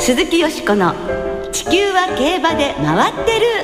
鈴木よしこの地球は競馬で回ってる。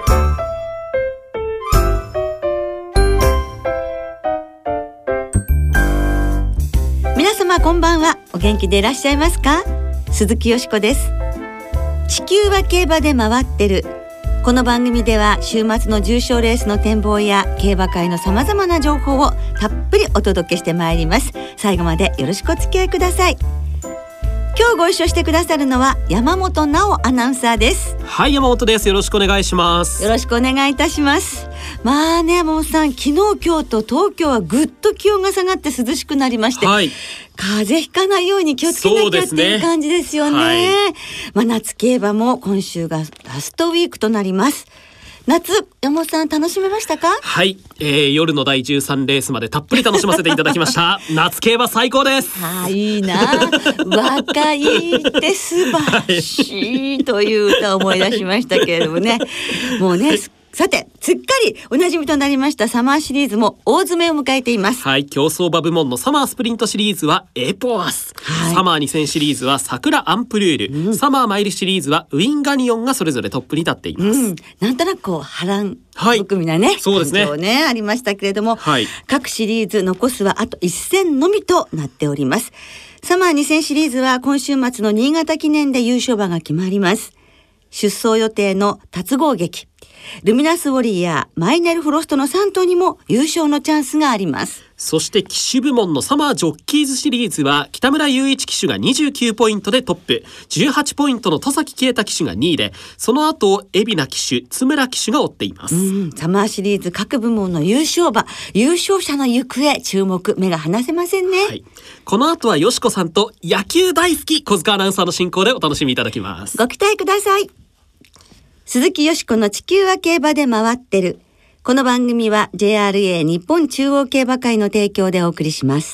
皆様こんばんは。お元気でいらっしゃいますか？鈴木よしこです。地球は競馬で回ってる。この番組では週末の重賞レースの展望や競馬界のさまざまな情報をたっぷりお届けしてまいります。最後までよろしくお付き合いください。今日ご一緒してくださるのは山本直アナウンサーです。 はい、山本です。よろしくお願いします。 よろしくお願いいたします。まあね、山本さん、昨日今日と東京はぐっと気温が下がって涼しくなりまして、 はい、 風邪ひかないように気をつけなきゃっていう感じですよね。はい、夏競馬も今週がラストウィークとなります。夏、山本さん楽しめましたか？ はい、夜の第13レースまでたっぷり楽しませていただきました夏競馬最高です。 いいな、若いって素晴らしいという歌を思い出しましたけれどもねもうね、さてすっかりおなじみとなりましたサマーシリーズも大詰めを迎えています。 はい、競走馬部門のサマースプリントシリーズはエポアス、はい、サマー2000シリーズは桜アンプルール、サマーマイルシリーズはウィンガニオンがそれぞれトップに立っています。 なんとなくこう波乱含みなね、 そうですね、 感情ねありましたけれども、 はい、 各シリーズ残すはあと1戦のみとなっております。サマー2000シリーズは今週末の新潟記念で優勝馬が決まります。出走予定の達合劇、ルミナスウォリアー、マイネルフロストの3頭にも優勝のチャンスがあります。 そして騎手部門のサマージョッキーズシリーズは北村雄一騎手が29ポイントでトップ、18ポイントの戸崎啓太騎手が2位で、その後海老名騎手、津村騎手が追っています。 サマーシリーズ各部門の優勝馬、優勝者の行方注目、目が離せませんね。 はい、この後はよしこさんと野球大好き小塚アナウンサーの進行でお楽しみいただきます。 ご期待ください。鈴木よしこの地球は競馬で回ってる。この番組は JRA 日本中央競馬会の提供でお送りします。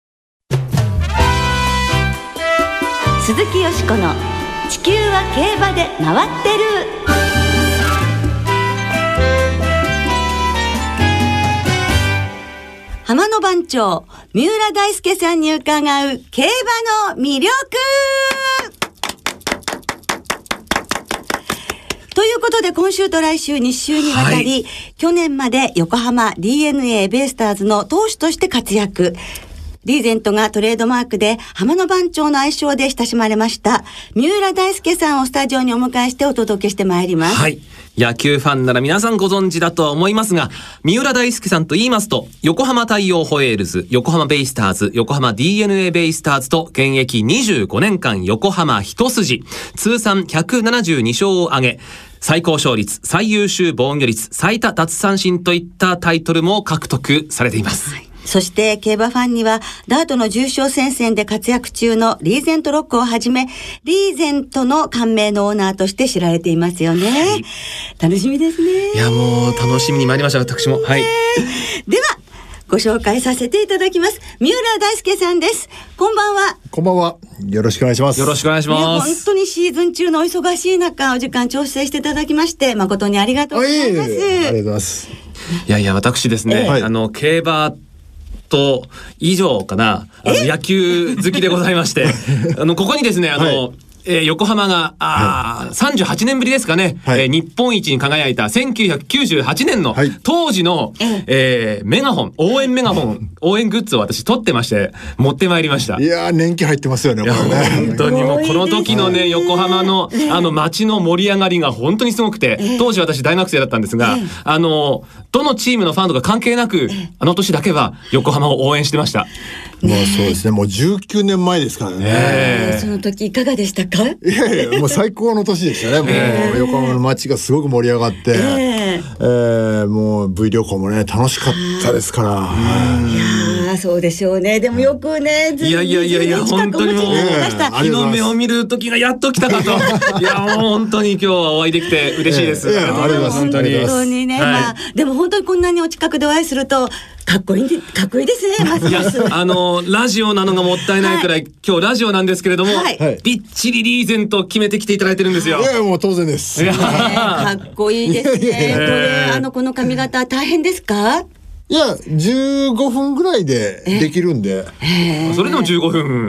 鈴木よしこの地球は競馬で回ってる。浜野番長三浦大輔さんに伺う競馬の魅力ということで、今週と来週2週にわたり、去年まで横浜 DNA ベイスターズの投手として活躍、リーゼントがトレードマークで浜野番長の愛称で親しまれました三浦大輔さんをスタジオにお迎えしてお届けしてまいります。 はい、野球ファンなら皆さんご存知だとは思いますが、三浦大輔さんと言いますと、横浜太陽ホエールズ、横浜ベイスターズ、横浜 DNA ベイスターズと現役25年間横浜一筋、通算172勝を挙げ、最高勝率、最優秀防御率、最多奪三振といったタイトルも獲得されています。 はい、そして競馬ファンにはダートの重賞戦線で活躍中のリーゼントロックをはじめ、リーゼントの冠名のオーナーとして知られていますよね。はい、楽しみですね。 いや、もう楽しみに参りました、私も。はい。 ではご紹介させていただきます。三浦大輔さんです。こんばんは。 こんばんは。よろしくお願いします。 よろしくお願いします。 本当にシーズン中のお忙しい中、お時間調整していただきまして誠にありがとうございます。 ありがとうございます。 いやいや、私ですね、競馬と以上かな、野球好きでございましてここにですね、横浜が38年ぶりですかね、日本一に輝いた1998年の当時の、メガホン、応援メガホン、応援グッズを私取ってまして持ってまいりました。 いやー、年季入ってますよね。 いや、本当にもうこの時のね、横浜の街の盛り上がりが本当にすごくて、当時私大学生だったんですが、どのチームのファンとか関係なく、あの年だけは横浜を応援してました。 もうそうですね、もう19年前ですからね。 その時いかがでしたか？ いやいや、もう最高の年でしたね。もう横浜の街がすごく盛り上がって、もう V 旅行もね楽しかったですから。 いや、そうでしょうね。でもよくね、 いやいやいやいや、本当にもう日の目を見る時がやっと来たかといや、もう本当に今日はお会いできて嬉しいです。 ありがとうございます。 本当にね、でも本当にこんなにお近くでお会いするとかっこいいですね。ますます。 ラジオなのがもったいないくらい、今日ラジオなんですけれども、びっちりリーゼント決めてきていただいてるんですよ。 いや、もう当然です。 かっこいいですね。これこの髪型大変ですか？ いや、15分ぐらいでできるんで。 それでも15分。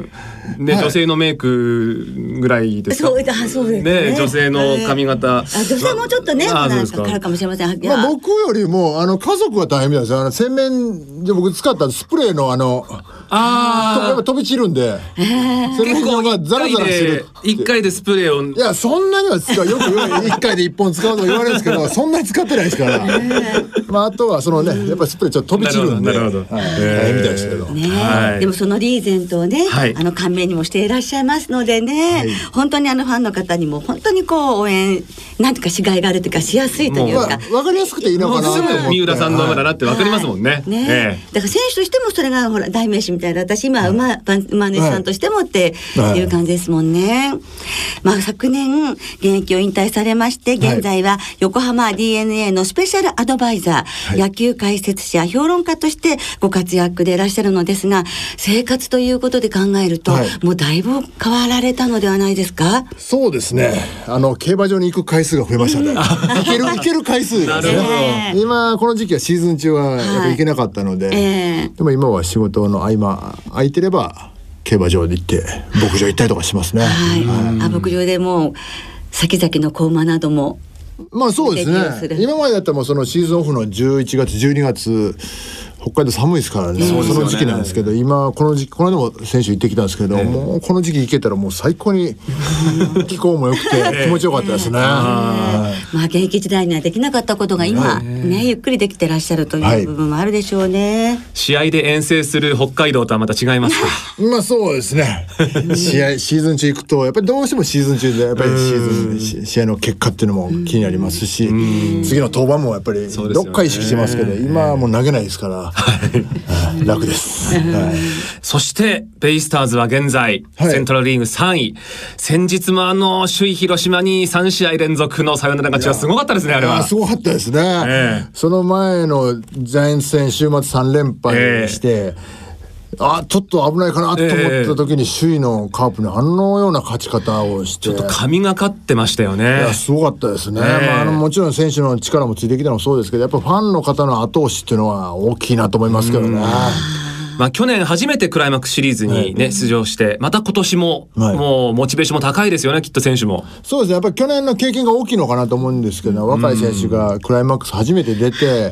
ね、女性のメイクぐらいですか。 そうですね、女性の髪型。 女性もちょっとね、なんかかもしれません。 僕よりも家族は大変みたいですよ。洗面で僕使ったスプレーのやっぱ飛び散るんで、洗面所がザラザラしてる。 1回でスプレーを。 いや、そんなには使う。よく1回で1本使うと言われるんですけど、そんなに使ってないですから。あとはそのね、やっぱりスプレーちょっと飛び散るんで、大変みたいですけど。 でもそのリーゼントをね、冠名にもしていらっしゃいますのでね、本当にファンの方にも本当に応援、なんとかしがいがあるというか、しやすいというか。 わかりやすくていいのかなと思って。 三浦さんの馬だなってわかりますもんね。 だから選手としてもそれがほら代名詞みたいな、私今馬主さんとしてもっていう感じですもんね。昨年現役を引退されまして、現在は横浜 DNA のスペシャルアドバイザー、野球解説者、評論家としてご活躍でいらっしゃるのですが、生活ということで考えると、もうだいぶ変わられたのではないですか？ そうですね。競馬場に行く回数が増えましたね。行ける回数ですね。今この時期はシーズン中はやっぱ行けなかったので、でも今は仕事の合間空いてれば競馬場で行って牧場行ったりとかしますね。 牧場でも先々の子馬なども。 そうですね。今までだったらもうそのシーズンオフの11月12月北海道寒いですからね、その時期なんですけど、今この時期、この間も選手行ってきたんですけど、もうこの時期行けたらもう最高に気候も良くて気持ちよかったですね。 現役時代にはできなかったことが今ね、ゆっくりできてらっしゃるという部分もあるでしょうね。 試合で遠征する北海道とはまた違いますか？ そうですね。シーズン中行くとやっぱりどうしてもシーズン中でやっぱり試合の結果っていうのも気になりますし、次の登板もやっぱりどっか意識してますけど、今はもう投げないですから。楽です。 そしてベイスターズは現在セントラルリーグ3位。先日も首位広島に3試合連続のサヨナラ勝ちはすごかったですね。あれはすごかったですね。その前のジャイアンツ戦週末3連敗して、ちょっと危ないかなと思った時に首位のカープにような勝ち方をして、 ちょっと神がかってましたよね。 いやすごかったですね。もちろん選手の力もついてきたのもそうですけど、やっぱファンの方の後押しっていうのは大きいなと思いますけどね。 去年初めてクライマックスシリーズにね、出場して、また今年も、もうモチベーションも高いですよね、きっと選手も。 そうですね。やっぱり去年の経験が大きいのかなと思うんですけど、若い選手がクライマックス初めて出て、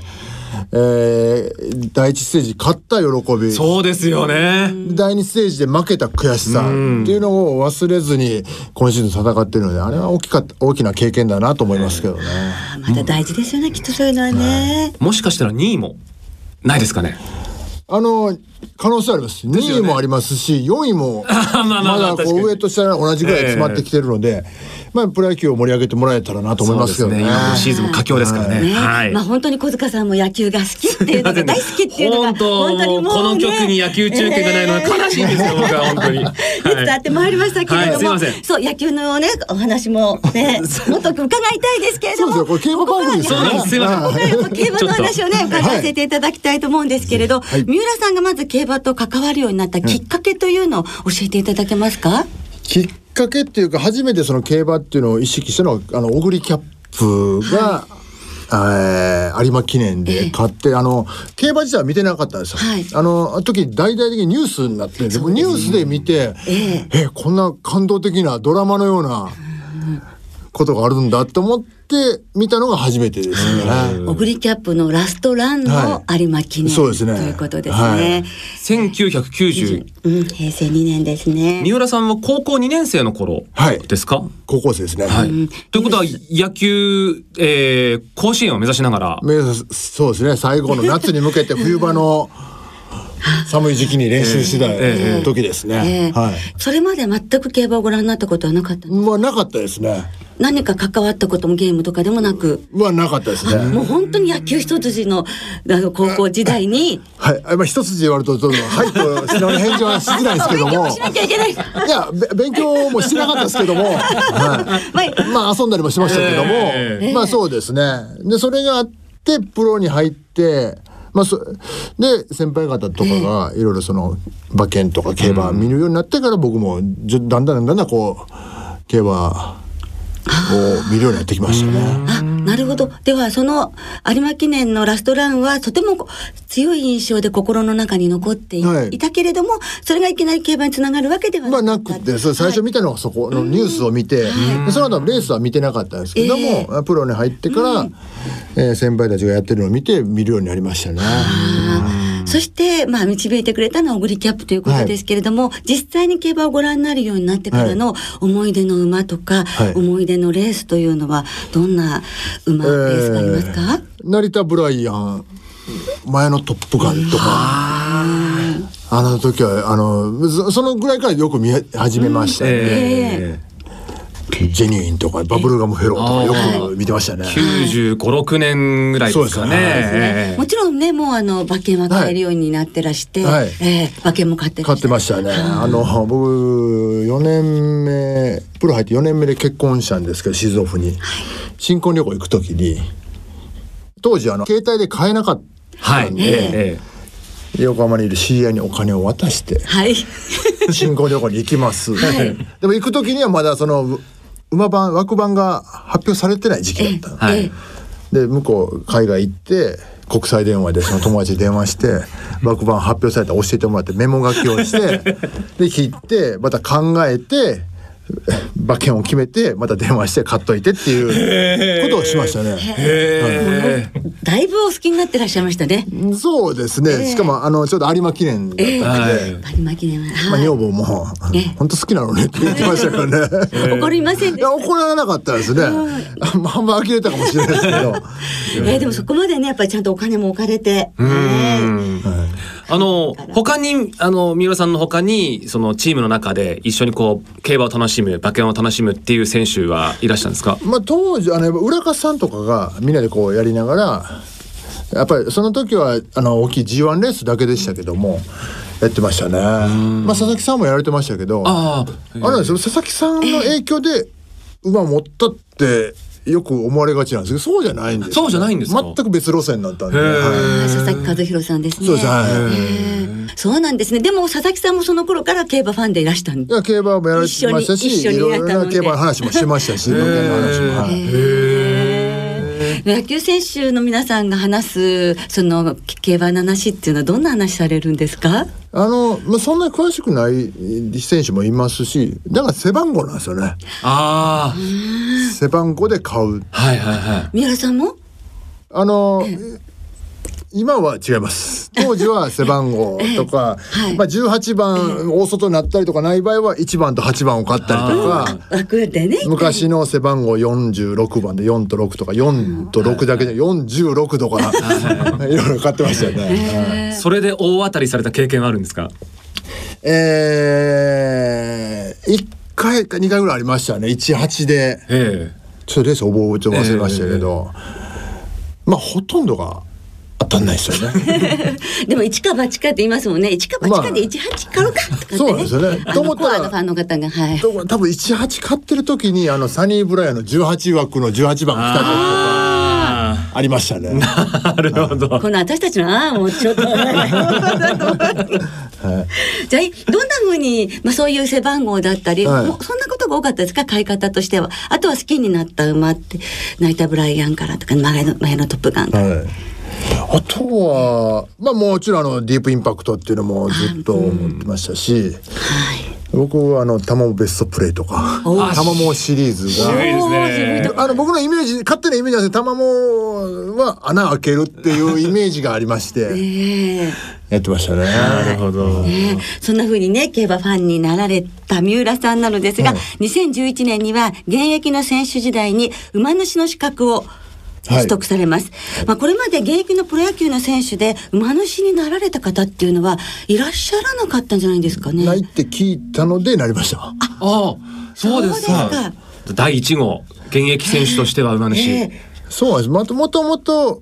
第一ステージ勝った喜び、 そうですよね。 第二ステージで負けた悔しさっていうのを忘れずに今シーズン戦っているので、あれは大きな経験だなと思いますけどね。 また大事ですよね、きっとそういうのはね。 もしかしたら2位もないですかね。 可能性あります。2位もありますし、4位もまだ上と下が同じぐらい詰まってきてるので、プロ野球を盛り上げてもらえたらなと思いますけどね。 今のシーズンも佳境ですからね。 本当に小塚さんも野球が好きっていうのが大好きっていうのが本当にもうね、 この局に野球中継がないのは悲しいんですよ、僕は本当に。 伝ってまいりましたけれども、そう野球のねお話もねもっと伺いたいですけれども、 そうですよ、これ競馬番組ですよね。 すいません。 競馬の話をね伺わせていただきたいと思うんですけれど、三浦さんがまず競馬と関わるようになったきっかけというのを教えていただけますか？ きっかけっていうか、初めてその競馬っていうのを意識したのは小栗キャップが、有馬記念で買って、競馬自体は見てなかったんですよ。あの時大々的にニュースになって、でもニュースで見て、こんな感動的なドラマのようなことがあるんだって思って見たのが初めてですね。 オグリキャップのラストランの有馬記念、そうですね、ということですね。 1990、 平成2年ですね。 三浦さんは高校2年生の頃ですか？ 高校生ですね。 ということは野球、甲子園を目指しながら。 そうですね。最後の夏に向けて冬場の寒い時期に練習してた時ですね。 それまで全く競馬をご覧になったことはなかったんですか？ なかったですね。 何か関わったこともゲームとかでもなくなかったですね。 もう本当に野球一筋の高校時代に一筋言われるとはいと素直に返事はしづらいですけども勉強もしなきゃいけない。いや勉強もしてなかったですけども、遊んだりもしましたけども、そうですね。でそれがあってプロに入って、で先輩方とかがいろいろその馬券とか競馬見るようになってから、僕もだんだんこう競馬を見るようになってきましたね。 ななるほど。ではその有馬記念のラストランはとても強い印象で心の中に残っていたけれども、それがいきなり競馬につながるわけではなくて、それ最初見たのはそこのニュースを見て、その後レースは見てなかったんですけども、プロに入ってから、先輩たちがやってるのを見て見るようになりましたね。 そして導いてくれたのはオグリキャップということですけれども、実際に競馬をご覧になるようになってからの思い出の馬とか、思い出のレースというのはどんな馬レースがありますか？ 成田ブライアン、前のトップガンとか、あの時はそのぐらいからよく見始めましたね。ジェニーンとかバブルガムフェローとかよく見てましたね。 95、6年ぐらいですかね。 もちろんね、もう馬券は買えるようになってらして、馬券も買ってましたね。僕4年目プロ入って4年目で結婚したんですけど、静岡に新婚旅行行く時に、当時携帯で買えなかったんで、横浜にいる知り合いにお金を渡して、新婚旅行に行きます。でも行く時にはまだその馬番枠番が発表されてない時期だったの、で向こう海外行って国際電話でその友達に電話して枠番発表されたら教えてもらってメモ書きをしてで切ってまた考えて馬券を決めてまた電話して買っといてっていうことをしましたね。 だいぶお好きになってらっしゃいましたね。 そうですね。しかもちょうど有馬記念だったので、 有馬記念は女房も本当好きなのねって言ってましたからね。 怒りませんでした？ 怒らなかったですね。半分呆れたかもしれないですけど。 でもそこまでね、やっぱりちゃんとお金も置かれて。 他に三浦さんの他にそのチームの中で一緒に競馬を楽しむ、馬券を楽しむっていう選手はいらっしゃるんですか？ 当時浦勝さんとかがみんなでやりながら、やっぱりその時は大きい G1 レースだけでしたけどもやってましたね。佐々木さんもやられてましたけど、佐々木さんの影響で馬持ったってよく思われがちなんですけど、そうじゃないんです、ね。 そうじゃないんですか？ 全く別路線だったんで。 佐々木和弘さんですね。 そうです。 そうなんですね。でも佐々木さんもその頃から競馬ファンでいらしたんで。 競馬もやられてましたし、いろいろな競馬の話もしてましたし、馬券の話も。 野球選手の皆さんが話すその競馬の話っていうのはどんな話されるんですか？ そんなに詳しくない選手もいますし、だから背番号なんですよね。背番号で買う。 三浦さんも今は違います。当時は背番号とか、18番大外になったりとかない場合は1番と8番を買ったりとか、昔の背番号46番で4と6とか4と6だけで46とかいろいろ買ってましたよね。 それで大当たりされた経験はあるんですか ？1回か2回ぐらいありましたね。18でちょっとレース覚えて忘れましたけど、ほとんどが当たんないですよね。 でも一か八かって言いますもんね。一か八かで18買うかとかってね。 そうなんですよね。 と思ったらファンの方が多分18買ってる時にサニーブライアンの18枠の18番が来たりとかありましたね。 なるほど。 この私たちのもうちょっとじゃあどんな風にそういう背番号だったり、もうそんなことが多かったですか？買い方としては。あとは好きになった馬って成田ブライアンからとか前のトップガンから。 あとはもちろんディープインパクトっていうのもずっと思ってましたし、僕はタマモベストプレイとかタマモシリーズが僕のイメージ、勝手なイメージなんですけど、タマモは穴開けるっていうイメージがありましてやってましたね。 なるほど。 そんな風にね競馬ファンになられた三浦さんなのですが、2011年には現役の選手時代に馬主の資格を取得されます。これまで現役のプロ野球の選手で馬主になられた方っていうのはいらっしゃらなかったんじゃないですかね。 ないって聞いたのでなりました。 そうですか。第1号現役選手としては馬主。 そうです。もともと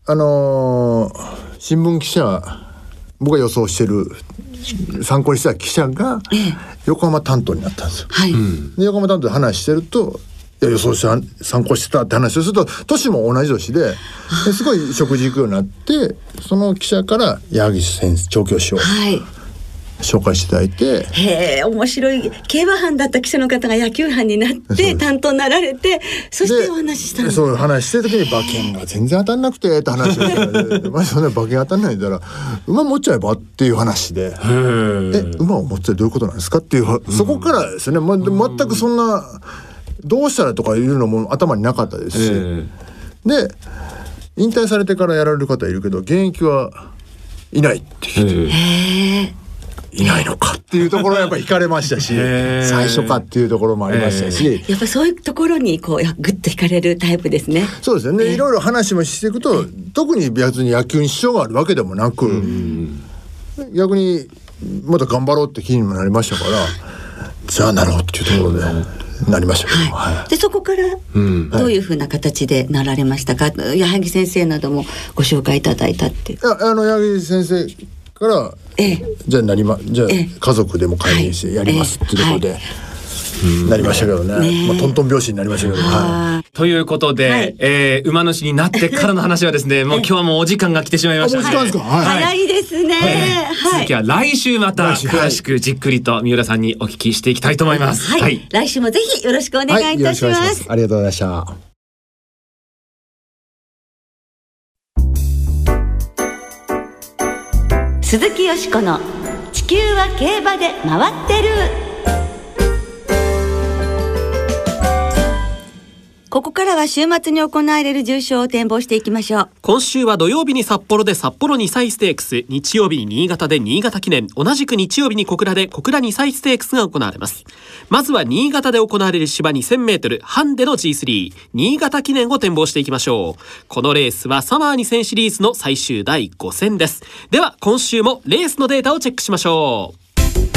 新聞記者、僕が予想してる参考にした記者が横浜担当になったんですよ。で横浜担当で話してると、予想して参考してたって話をすると、年も同じ年ですごい食事行くようになって、その記者から矢作先生調教師を紹介していただいて、 へえ、面白い。競馬班だった記者の方が野球班になって担当になられて、そしてお話ししたんです。 そういう話してる時に馬券が全然当たんなくてって話をしてまあそんな馬券当たんないんだら馬持っちゃえばっていう話で、馬を持っちゃえばどういうことなんですかっていう、そこからですね、全くそんなどうしたらとかいうのも頭になかったですし、で引退されてからやられる方いるけど現役はいないって聞いて、いないのかっていうところはやっぱり惹かれましたし最初かっていうところもありましたし、 やっぱそういうところにこうグッと惹かれるタイプですね。 そうですよね、いろいろ話もしていくと、特に別に野球に支障があるわけでもなく、逆にまた頑張ろうって気にもなりましたから、じゃあなろうっていうところでなりましたけど、はい、 でそこからどういうふうな形でなられましたか、矢作先生などもご紹介いただいたっていう。 矢作先生からじゃあ家族でも介入してやりますっていうところで、なりましたけどね、トントン拍子になりましたけど、 ということで、馬主になってからの話はですね、もう今日はもうお時間が来てしまいました。 もう時間ですか。 早いですね。 続きは来週また詳しくじっくりと三浦さんにお聞きしていきたいと思います。 来週もぜひよろしくお願いいたします。 ありがとうございました。 鈴木よしこの地球は競馬で回ってる。ここからは週末に行われる重賞を展望していきましょう。 今週は土曜日に札幌で札幌2歳ステークス、日曜日に新潟で新潟記念、同じく日曜日に小倉で小倉2歳ステークスが行われます。まずは新潟で行われる芝 2000m ハンデの G3 新潟記念を展望していきましょう。このレースはサマー2000シリーズの最終第5戦です。では今週もレースのデータをチェックしましょう。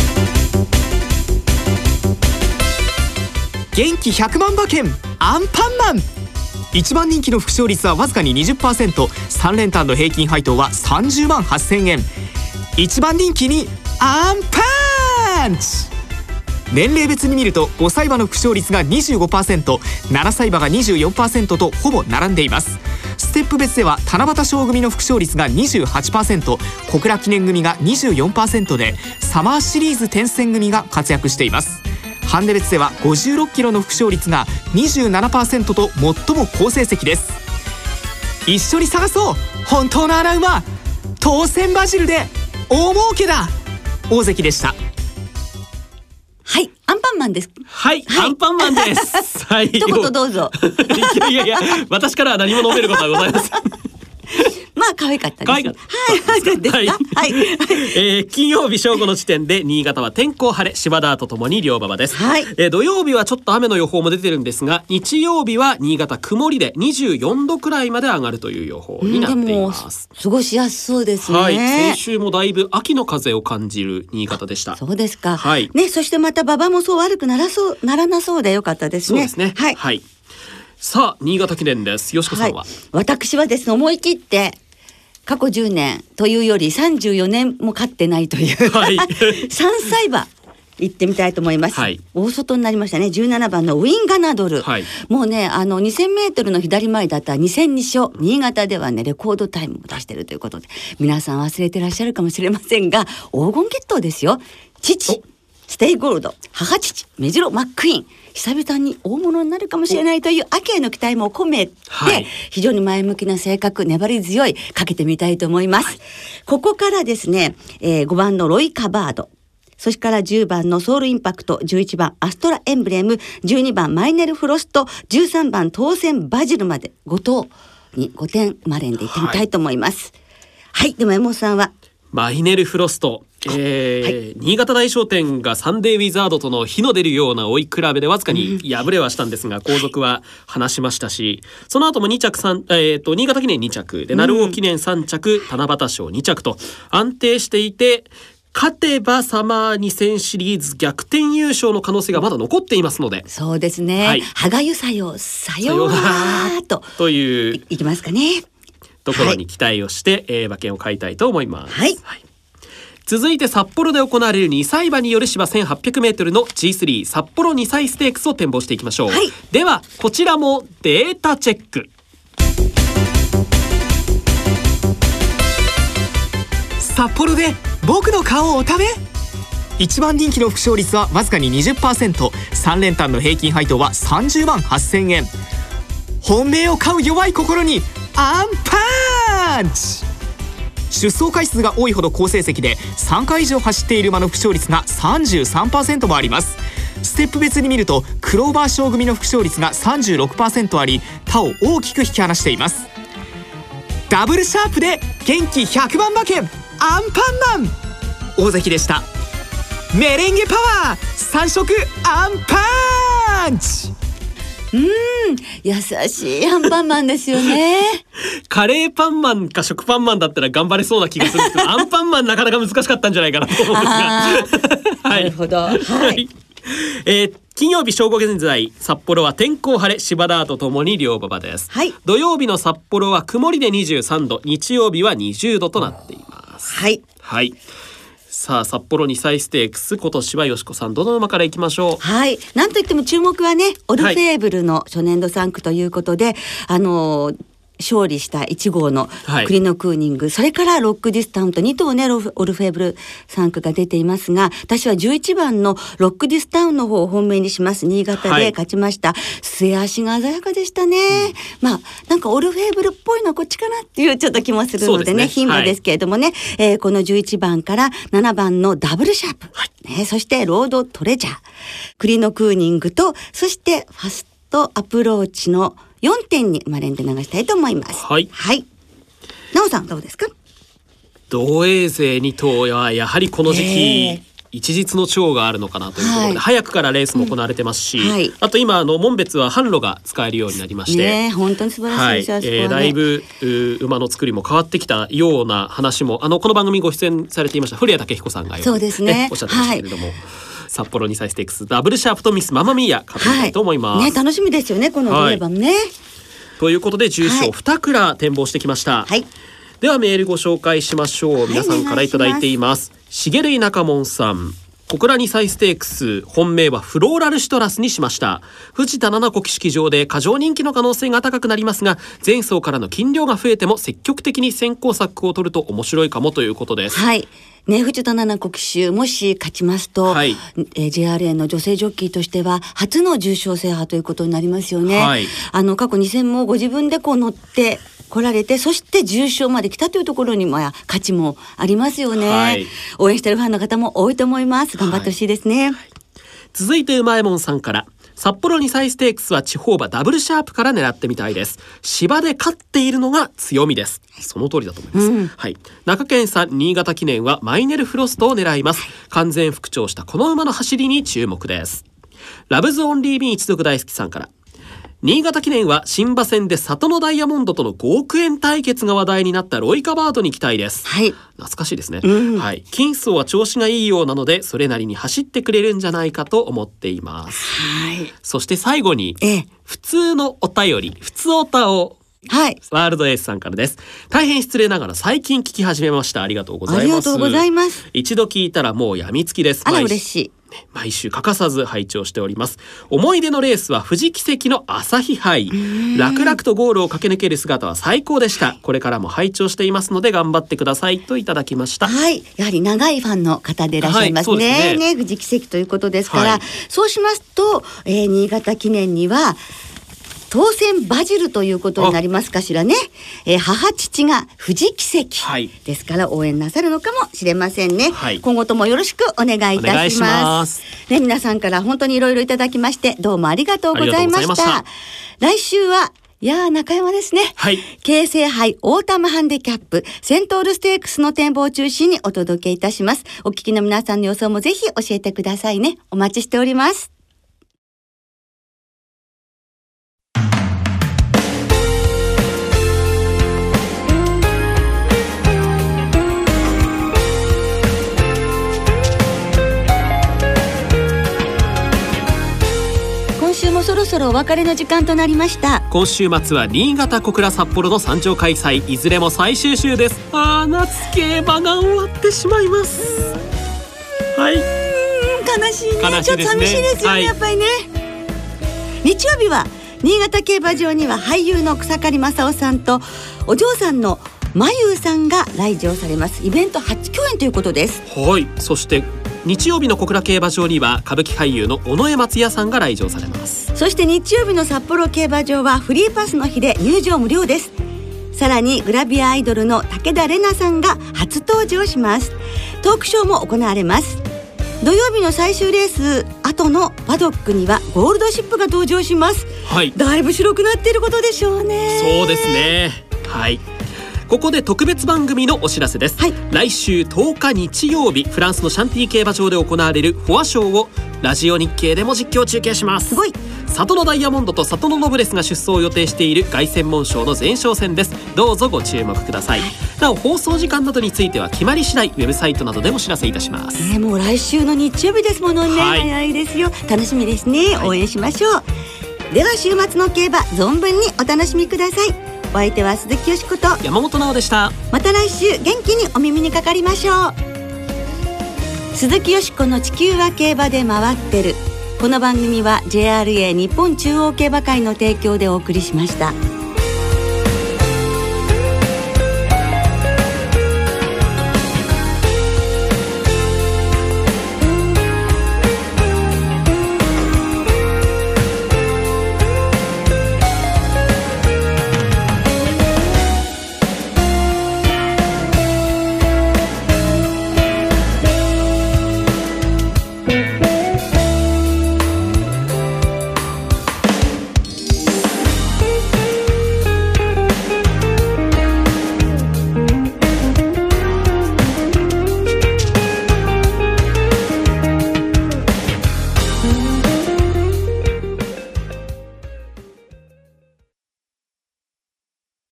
元気100万馬券アンパンマン。1番人気の副勝率はわずかに 20%、 3連単の平均配当は30万8000円。1番人気にアンパンチ。年齢別に見ると5歳馬の副勝率が 25%、 7歳馬が 24% とほぼ並んでいます。ステップ別では七夕賞組の副勝率が 28%、 小倉記念組が 24% でサマーシリーズ転戦組が活躍しています。ハンデ別では56キロの副勝率が 27% と最も好成績です。一緒に探そう本当の穴馬、当選バジルで大儲けだ。大関でした。 はい、アンパンマンです。 はい、アンパンマンです。はい、 一言どうぞ。 いや私からは何も述べることはございません。 まあ可愛かったです。 はい、金曜日正午の時点で新潟は天候晴れ、芝ダートともに両馬場です。土曜日はちょっと雨の予報も出てるんですが、日曜日は新潟曇りで24度くらいまで上がるという予報になっています。 過ごしやすそうですね。 先週もだいぶ秋の風を感じる新潟でした。 そうですか。ね、そしてまた馬場もそう悪くならなそうでよかったですね。 そうですね。はい。さあ新潟記念です。よしこさんは。 私はですね、思い切って過去10年というより34年も勝ってないという、3歳馬行ってみたいと思います。大外になりましたね。17番のウィンガナドル、もうね2000m の左前だったら2戦2勝、新潟ではねレコードタイムを出しているということで、皆さん忘れてらっしゃるかもしれませんが、黄金血統ですよ。父ステイゴールド、母父メジロマックイーン、久々に大物になるかもしれないという秋への期待も込めて、非常に前向きな性格、粘り強い、かけてみたいと思います。ここからですね、5番のロイカバード、それから10番のソウルインパクト、11番アストラエンブレム、12番マイネルフロスト、13番当選バジルまで5頭に5点マレンでいってみたいと思います。でも江本さんはマイネルフロスト、新潟大商店がサンデーウィザードとの火の出るような追い比べでわずかに敗れはしたんですが、後続は離しましたし、その後も2着新潟記念2着で鳴尾記念3着、七夕賞2着と安定していて、勝てばサマー2000シリーズ逆転優勝の可能性がまだ残っていますので、 そうですね、羽賀湯さようならといういきますかね、 ところに期待をして、馬券を買いたいと思います。続いて札幌で行われる2歳馬による芝 1800m の G3 札幌2歳ステークスを展望していきましょう。ではこちらもデータチェック。 札幌で僕の顔をお食べ。 1番人気の副勝率はわずかに 20%、 3連単の平均配当は30万8000円。本命を買う弱い心にアンパンチ。出走回数が多いほど好成績で3回以上走っている馬の副勝率が 33% もあります。ステップ別に見るとクローバー賞組の副勝率が 36% あり、他を大きく引き離しています。ダブルシャープで元気100万馬券アンパンマン。大関でした。メレンゲパワー3色アンパンチ。 優しいアンパンマンですよね。 カレーパンマンか食パンマンだったら頑張れそうな気がするんですけどアンパンマンなかなか難しかったんじゃないかなと思うんですがなるほど、はい。 金曜日正午現在、札幌は天候晴れ、芝田とともに両馬場です、 はい。 土曜日の札幌は曇りで23度、日曜日は20度となっています。 はい、 はい。さあ札幌2歳ステークス、今年はよしこさんどの馬からいきましょう。 はい、なんといっても注目はね、オルフェーブルの初年度3区ということで、勝利した1号のクリノクーニング、それからロックディスタウンと2頭ね、オルフェーブル3区が出ていますが、私は11番のロックディスタウンの方を本命にします。新潟で勝ちました、末足が鮮やかでしたね、まあなんかオルフェーブルっぽいのはこっちかなっていうちょっと気もするのでね、牝馬ですけれどもね、この11番から7番のダブルシャープ、ね、そしてロードトレジャー、クリノクーニングと、そしてファストアプローチの4点にレンで流したいと思います。 はい。 はい。なおさんどうですか。 同営勢2頭はやはりこの時期、一日の長があるのかなというところで、早くからレースも行われてますし、あと今門別は販路が使えるようになりまして、 本当に素晴らしいですよ、 だいぶ馬の作りも変わってきたような話もこの番組ご出演されていました古谷武彦さんがそうですね、 おっしゃってましたけれども、札幌2歳ステークスダブルシャープとミスママミーヤ勝っていきたいと思います、 楽しみですよね、このドレバンね、 ということで重賞2蔵展望してきました、ではメールご紹介しましょう、皆さんからいただいています。しげるい中門さん、小倉2歳ステークス本命はフローラルシトラスにしました。藤田七子騎式場で過剰人気の可能性が高くなりますが、前走からの斤量が増えても積極的に先行策を取ると面白いかもということです。 ね、藤田七子騎手もし勝ちますと、JRA の女性ジョッキーとしては初の重賞制覇ということになりますよね、過去2戦もご自分でこう乗って来られて、そして重賞まで来たというところに価値もありますよね、応援しているファンの方も多いと思います。頑張ってほしいですね、 続いてうまえもんさんから、札幌2歳ステークスは地方馬ダブルシャープから狙ってみたいです。芝で勝っているのが強みです。その通りだと思います、中堅さん新潟記念はマイネルフロストを狙います、完全復調したこの馬の走りに注目です。ラブズオンリービン一族大好きさんから、新潟記念は新馬戦で里のダイヤモンドとの5億円対決が話題になったロイカバードに期待です、懐かしいですね、金層は調子がいいようなのでそれなりに走ってくれるんじゃないかと思っています、そして最後に、普通のお便り普通おたをワールドエースさんからです。大変失礼ながら最近聞き始めました。ありがとうございます。 ありがとうございます。 一度聞いたらもうやみつきです。 あら嬉しい。 毎週欠かさず拝聴しております。思い出のレースは富士奇跡の朝日杯、楽々とゴールを駆け抜ける姿は最高でした。これからも拝聴していますので頑張ってくださいといただきました。 やはり長いファンの方でいらっしゃいますね、富士奇跡ということですから、そうしますと、新潟記念には当選バジルということになりますかしらね、母父が富士奇跡、ですから応援なさるのかもしれませんね、今後ともよろしくお願いいたしますね。皆さんから本当にいろいろいただきましてどうもありがとうございました。来週は中山ですね、京成杯オータムハンデキャップセントールステークスの展望を中心にお届けいたします。お聞きの皆さんの予想もぜひ教えてくださいね。お待ちしております。そろそろお別れの時間となりました。 今週末は新潟小倉札幌の3場開催、いずれも最終週です。夏競馬が終わってしまいます。 悲しいね。ちょっと寂しいですよね、やっぱりね。日曜日は新潟競馬場には俳優の草刈正雄さんとお嬢さんのまゆうさんが来場されます。イベント初共演ということです。 そして日曜日の小倉競馬場には歌舞伎俳優の尾上松也さんが来場されます。 そして日曜日の札幌競馬場はフリーパスの日で入場無料です。さらにグラビアアイドルの武田玲奈さんが初登場します。トークショーも行われます。土曜日の最終レース後のパドックにはゴールドシップが登場します。 はい、 だいぶ白くなっていることでしょうね。 そうですね。はい、ここで特別番組のお知らせです。はい、来週10日日曜日、フランスのシャンティ競馬場で行われるフォアショーをラジオ日経でも実況中継します。 すごい。 里のダイヤモンドと里のノブレスが出走を予定している凱旋門賞の前哨戦です。どうぞご注目ください。なお放送時間などについては決まり次第ウェブサイトなどでも知らせいたします。 もう来週の日曜日ですものね。はい、早いですよ。楽しみですね。応援しましょう。では週末の競馬存分にお楽しみください。お相手は鈴木よしこと山本直でした。 また来週元気にお耳にかかりましょう。鈴木よしこの地球は競馬で回ってる。この番組は JRA 日本中央競馬会の提供でお送りしました。